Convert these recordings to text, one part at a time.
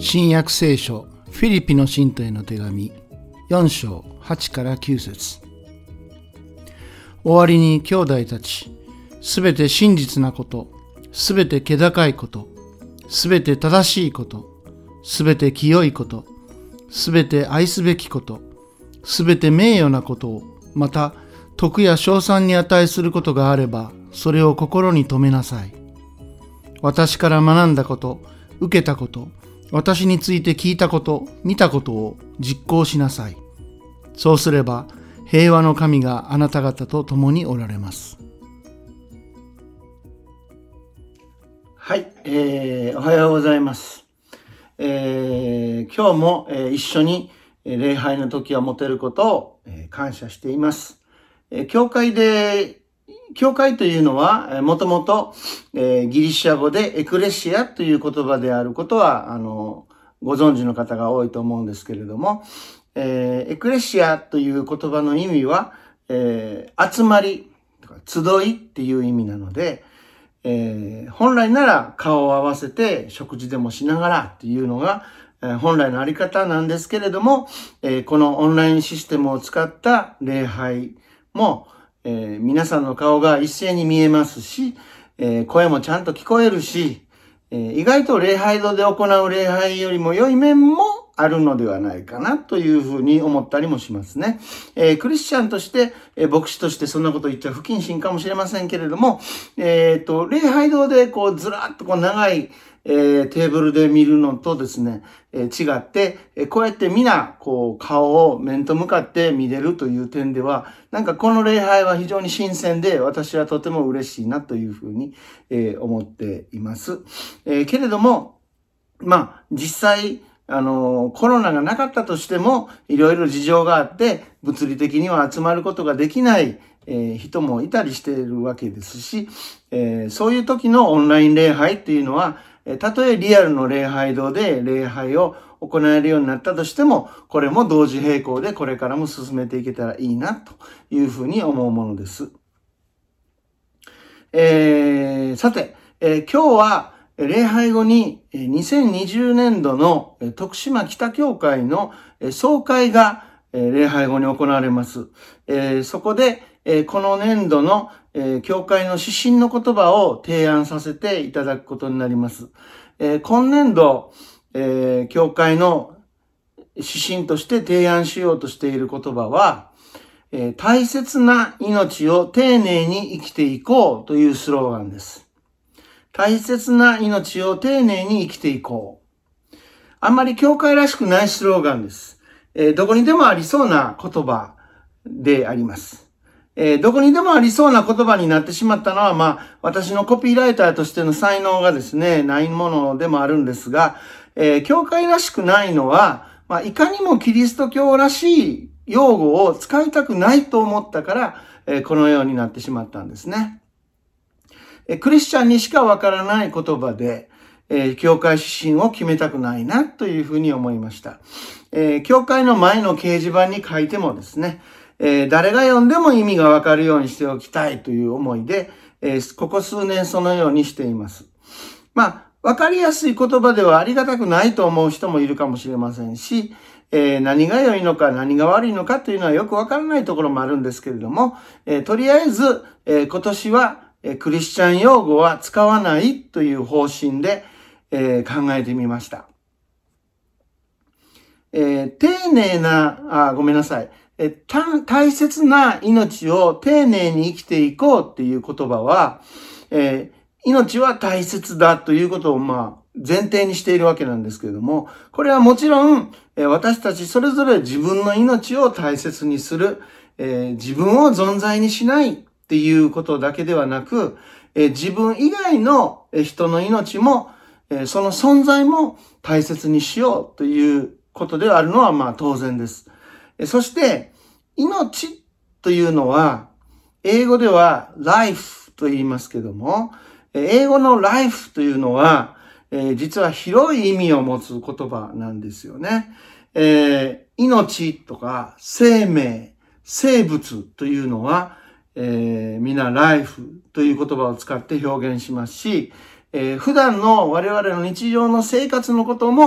新約聖書フィリピの信徒への手紙4章8から9節。終わりに兄弟たち、すべて真実なこと、すべて気高いこと、すべて正しいこと、すべて清いこと、すべて愛すべきこと、すべて名誉なことを、また徳や称賛に値することがあれば、それを心に留めなさい。私から学んだこと、受けたこと、私について聞いたこと、見たことを実行しなさい。そうすれば、平和の神があなた方と共におられます。 はい、おはようございます。今日も、一緒に礼拝の時を持てることを、感謝しています。教会というのは、もともとギリシャ語でエクレシアという言葉であることは、ご存知の方が多いと思うんですけれども、エクレシアという言葉の意味は、集まり、集いっていう意味なので、本来なら顔を合わせて食事でもしながらっていうのが、本来のあり方なんですけれども、このオンラインシステムを使った礼拝も、皆さんの顔が一斉に見えますし、声もちゃんと聞こえるし、意外と礼拝堂で行う礼拝よりも良い面もあるのではないかなというふうに思ったりもしますね。クリスチャンとして、牧師としてそんなこと言っちゃ不謹慎かもしれませんけれども、礼拝堂でずらっと長いテーブルで見るのとですね、違って、こうやって皆、顔を面と向かって見れるという点では、なんかこの礼拝は非常に新鮮で、私はとても嬉しいなというふうに、思っています。けれども、実際、コロナがなかったとしても、いろいろ事情があって、物理的には集まることができない、人もいたりしているわけですし、そういう時のオンライン礼拝っていうのは、たとえリアルの礼拝堂で礼拝を行えるようになったとしても、これも同時並行でこれからも進めていけたらいいなというふうに思うものです。さて、今日は礼拝後に2020年度の徳島北教会の総会が礼拝後に行われます。そこでこの年度の教会の指針の言葉を提案させていただくことになります。今年度、教会の指針として提案しようとしている言葉は、大切な命を丁寧に生きていこうというスローガンです。大切な命を丁寧に生きていこう。あんまり教会らしくないスローガンです。どこにでもありそうな言葉であります。どこにでもありそうな言葉になってしまったのは、私のコピーライターとしての才能がですね、ないものでもあるんですが、教会らしくないのは、いかにもキリスト教らしい用語を使いたくないと思ったから、このようになってしまったんですね。クリスチャンにしかわからない言葉で、教会指針を決めたくないなというふうに思いました。教会の前の掲示板に書いてもですね、誰が読んでも意味がわかるようにしておきたいという思いで、ここ数年そのようにしています。わかりやすい言葉ではありがたくないと思う人もいるかもしれませんし、何が良いのか何が悪いのかというのはよくわからないところもあるんですけれども、とりあえず、今年はクリスチャン用語は使わないという方針で、考えてみました。大切な命を丁寧に生きていこうっていう言葉は、命は大切だということを前提にしているわけなんですけれども、これはもちろん私たちそれぞれ自分の命を大切にする、自分を存在にしないっていうことだけではなく、自分以外の人の命も、その存在も大切にしようということであるのは当然です。そして命というのは英語では life と言いますけども、英語の life というのは実は広い意味を持つ言葉なんですよね。命とか生命、生物というのは、皆 life という言葉を使って表現しますし、普段の我々の日常の生活のことも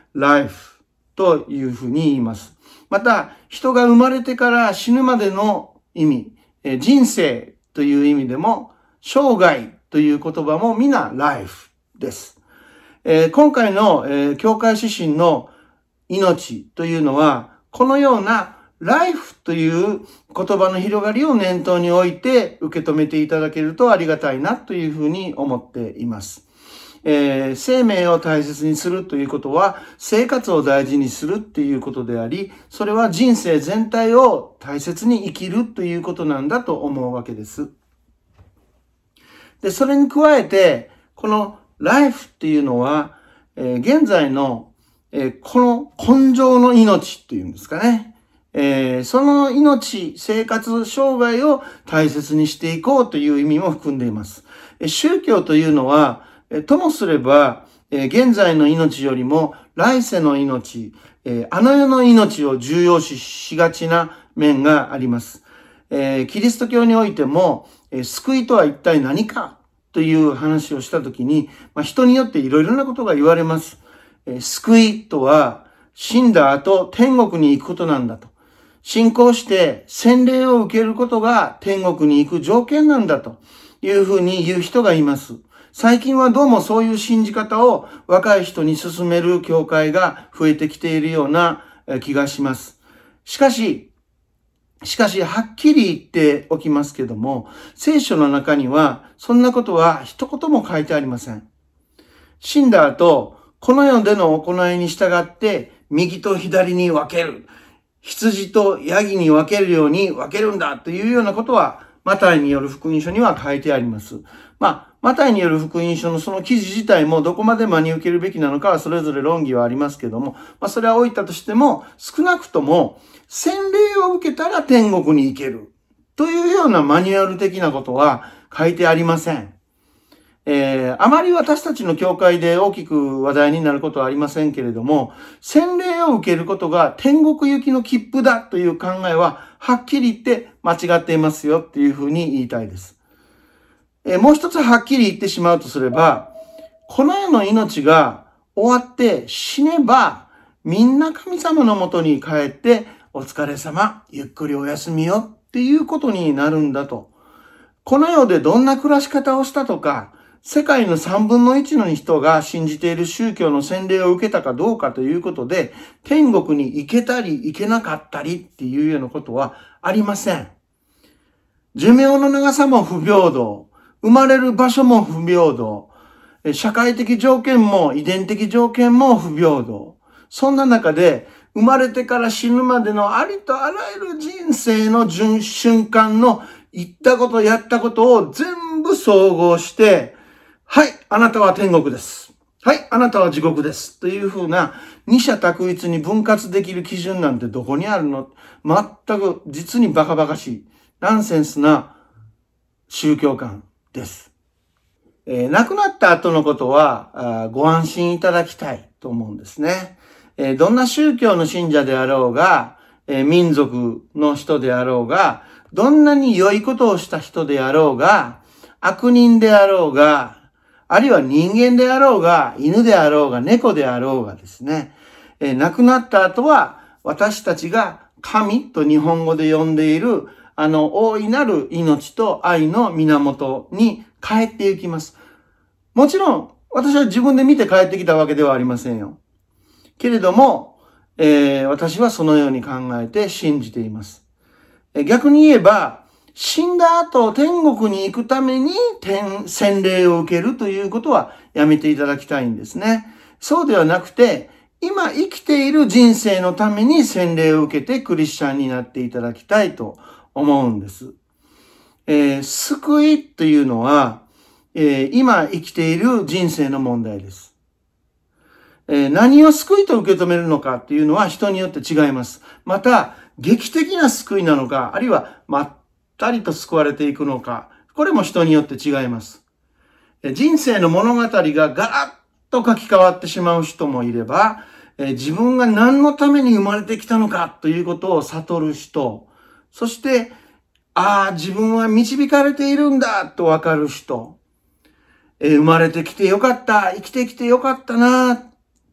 life というふうに言います。また、人が生まれてから死ぬまでの意味、人生という意味でも、生涯という言葉も皆 life です。今回の、教会指針の命というのは、このような life という言葉の広がりを念頭に置いて受け止めていただけるとありがたいなというふうに思っています。生命を大切にするということは生活を大事にするっていうことであり、それは人生全体を大切に生きるということなんだと思うわけです。で、それに加えて、この life っていうのは、現在の、この根性の命っていうんですかね。その命、生活、生涯を大切にしていこうという意味も含んでいます。宗教というのは、ともすれば、現在の命よりも来世の命、あの世の命を重要視しがちな面があります。キリスト教においても、救いとは一体何かという話をしたときに、人によっていろいろなことが言われます。救いとは死んだ後天国に行くことなんだと。信仰して洗礼を受けることが天国に行く条件なんだというふうに言う人がいます。最近はどうもそういう信じ方を若い人に勧める教会が増えてきているような気がします。しかし、はっきり言っておきますけども、聖書の中には、そんなことは一言も書いてありません。死んだ後、この世での行いに従って、右と左に分ける。羊とヤギに分けるように分けるんだというようなことは、マタイによる福音書には書いてあります。マタイによる福音書のその記事自体もどこまで真に受けるべきなのかはそれぞれ論議はありますけども、それは置いたとしても、少なくとも洗礼を受けたら天国に行けるというようなマニュアル的なことは書いてありません。あまり私たちの教会で大きく話題になることはありませんけれども、洗礼を受けることが天国行きの切符だという考えははっきり言って間違っていますよっていうふうに言いたいです。もう一つはっきり言ってしまうとすれば、この世の命が終わって死ねば、みんな神様のもとに帰って、お疲れ様、ゆっくりお休みよっていうことになるんだと。この世でどんな暮らし方をしたとか、世界の3分の1の人が信じている宗教の洗礼を受けたかどうかということで、天国に行けたり行けなかったりっていうようなことはありません。寿命の長さも不平等。生まれる場所も不平等。社会的条件も遺伝的条件も不平等。そんな中で、生まれてから死ぬまでのありとあらゆる人生の瞬間の言ったことやったことを全部総合して、はい、あなたは天国です。はい、あなたは地獄です。というふうな二者択一に分割できる基準なんてどこにあるの？全く実にバカバカしい、ナンセンスな宗教観です。亡くなった後のことはご安心いただきたいと思うんですね。どんな宗教の信者であろうが、民族の人であろうが、どんなに良いことをした人であろうが、悪人であろうが、あるいは人間であろうが、犬であろうが、猫であろうがですね、亡くなった後は私たちが神と日本語で呼んでいる大いなる命と愛の源に帰っていきます。もちろん、私は自分で見て帰ってきたわけではありませんよ。けれども、私はそのように考えて信じています。逆に言えば、死んだ後天国に行くために洗礼を受けるということはやめていただきたいんですね。そうではなくて、今生きている人生のために洗礼を受けてクリスチャンになっていただきたいと思うんです。救いというのは、今生きている人生の問題です。何を救いと受け止めるのかというのは人によって違います。また、劇的な救いなのか、あるいはまったりと救われていくのか、これも人によって違います。人生の物語がガラッと書き換わってしまう人もいれば、自分が何のために生まれてきたのかということを悟る人、そして、自分は導かれているんだとわかる人、生まれてきてよかった、生きてきてよかったな、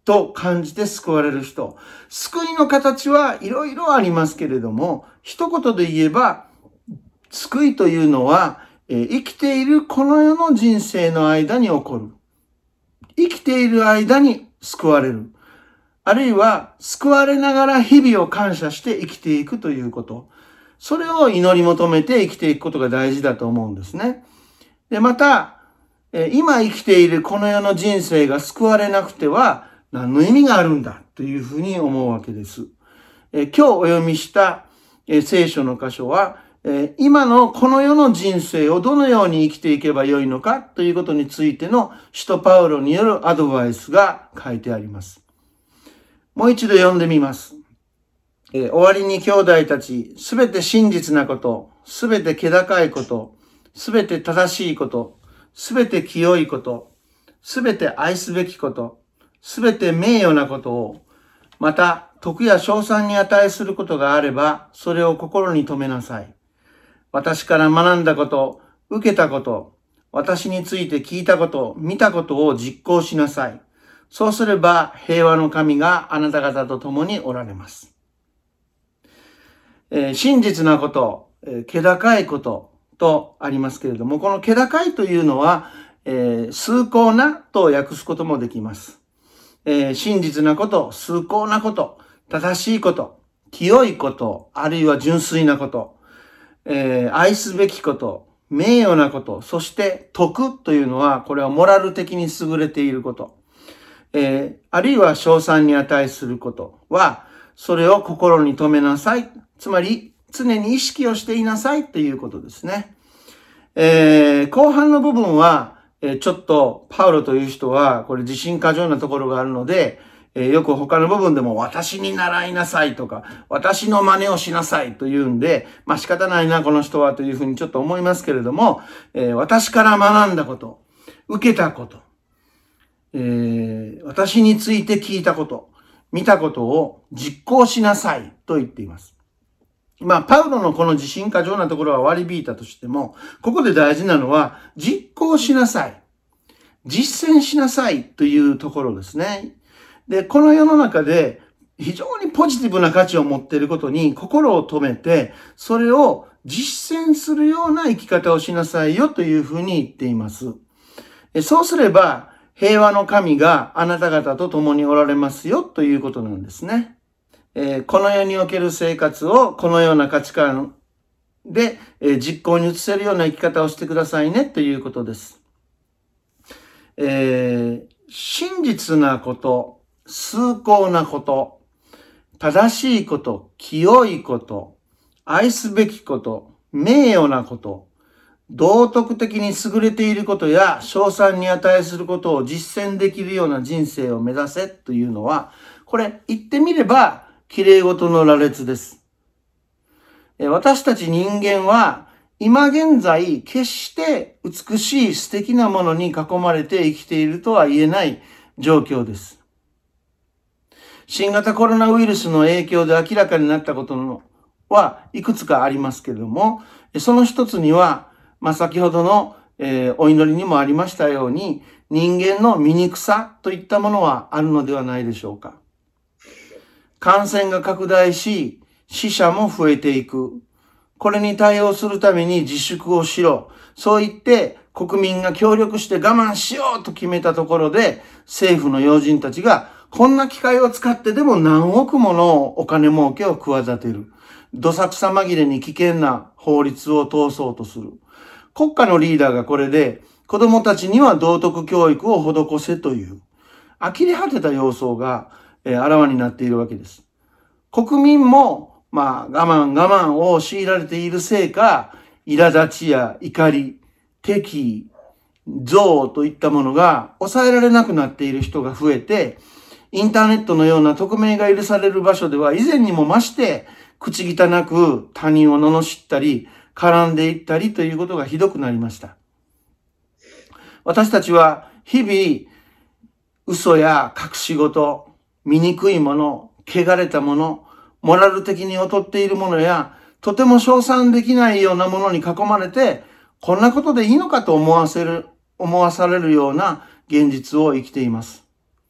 と感じて救われる人。救いの形はいろいろありますけれども、一言で言えば、救いというのは、生きているこの世の人生の間に起こる。生きている間に救われる。あるいは救われながら日々を感謝して生きていくということ。それを祈り求めて生きていくことが大事だと思うんですね。で、また、今生きているこの世の人生が救われなくては何の意味があるんだというふうに思うわけです。今日お読みした聖書の箇所は、今のこの世の人生をどのように生きていけばよいのかということについての使徒パウロによるアドバイスが書いてあります。もう一度読んでみます。終わりに兄弟たち、すべて真実なこと、すべて気高いこと、すべて正しいこと、すべて清いこと、すべて愛すべきこと、すべて名誉なことを、また徳や称賛に値することがあれば、それを心に留めなさい。私から学んだこと、受けたこと、私について聞いたこと、見たことを実行しなさい。そうすれば平和の神があなた方と共におられます。真実なこと、気高いこととありますけれども、この気高いというのは、崇高なと訳すこともできます。真実なこと、崇高なこと、正しいこと、清いこと、あるいは純粋なこと、愛すべきこと、名誉なこと、そして徳というのは、これはモラル的に優れていること。あるいは称賛に値することは、それを心に留めなさい。つまり、常に意識をしていなさいということですね。後半の部分は、ちょっとパウロという人は、これ自信過剰なところがあるので、よく他の部分でも私に習いなさいとか、私の真似をしなさいというんで、仕方ないな、この人はというふうにちょっと思いますけれども、私から学んだこと、受けたこと、私について聞いたこと、見たことを実行しなさいと言っています。パウロのこの自信過剰なところは割り引いたとしても、ここで大事なのは実行しなさい。実践しなさいというところですね。で、この世の中で非常にポジティブな価値を持っていることに心を留めて、それを実践するような生き方をしなさいよというふうに言っています。そうすれば、平和の神があなた方と共におられますよということなんですね。この世における生活をこのような価値観で実行に移せるような生き方をしてくださいねということです。真実なこと、崇高なこと、正しいこと、清いこと、愛すべきこと、名誉なこと、道徳的に優れていることや称賛に値することを実践できるような人生を目指せというのは、これ言ってみれば綺麗事の羅列です。私たち人間は今現在決して美しい素敵なものに囲まれて生きているとは言えない状況です。新型コロナウイルスの影響で明らかになったことはいくつかありますけれども、その一つには先ほどの、お祈りにもありましたように、人間の醜さといったものはあるのではないでしょうか。感染が拡大し、死者も増えていく。これに対応するために自粛をしろ。そう言って国民が協力して我慢しようと決めたところで、政府の要人たちがこんな機械を使ってでも何億ものお金儲けを企てる。どさくさ紛れに危険な法律を通そうとする。国家のリーダーがこれで、子供たちには道徳教育を施せという、呆れ果てた様相が、あらわになっているわけです。国民も、我慢を強いられているせいか、苛立ちや怒り、敵意、憎悪といったものが抑えられなくなっている人が増えて、インターネットのような匿名が許される場所では以前にも増して、口汚く他人を罵ったり、絡んでいったりということがひどくなりました。私たちは日々、嘘や隠し事、醜いもの、汚れたもの、モラル的に劣っているものや、とても称賛できないようなものに囲まれて、こんなことでいいのかと思わされるような現実を生きています。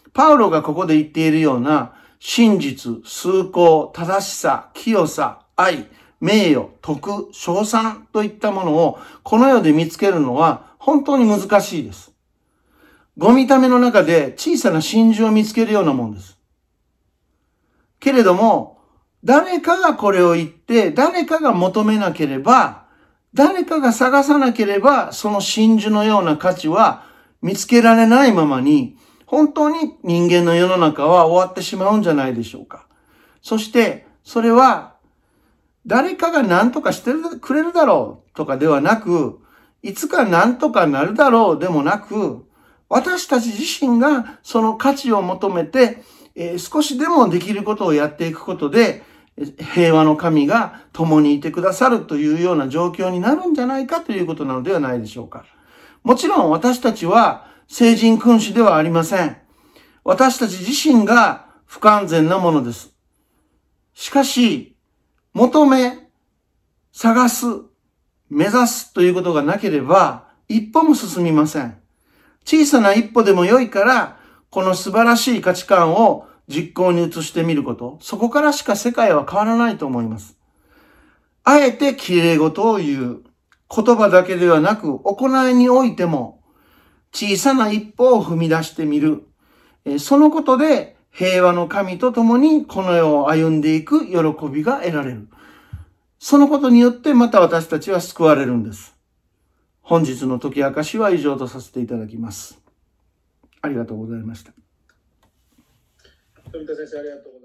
パウロがここで言っているような真実、崇高、正しさ、清さ、愛、名誉、徳、称賛といったものをこの世で見つけるのは本当に難しいです。ゴミための中で小さな真珠を見つけるようなもんです。けれども、誰かがこれを言って、誰かが求めなければ、誰かが探さなければ、その真珠のような価値は見つけられないままに、本当に人間の世の中は終わってしまうんじゃないでしょうか。そして、それは、誰かが何とかしてくれるだろうとかではなく、いつか何とかなるだろうでもなく、私たち自身がその価値を求めて、少しでもできることをやっていくことで、平和の神が共にいてくださるというような状況になるんじゃないかということなのではないでしょうか。もちろん私たちは聖人君主ではありません。私たち自身が不完全なものです。しかし、求め、探す、目指すということがなければ、一歩も進みません。小さな一歩でも良いから、この素晴らしい価値観を実行に移してみること。そこからしか世界は変わらないと思います。あえて綺麗事を言う。言葉だけではなく、行いにおいても、小さな一歩を踏み出してみる。そのことで、平和の神と共にこの世を歩んでいく喜びが得られる。そのことによってまた私たちは救われるんです。本日の解き明かしは以上とさせていただきます。ありがとうございました。 富田先生、ありがとうございます。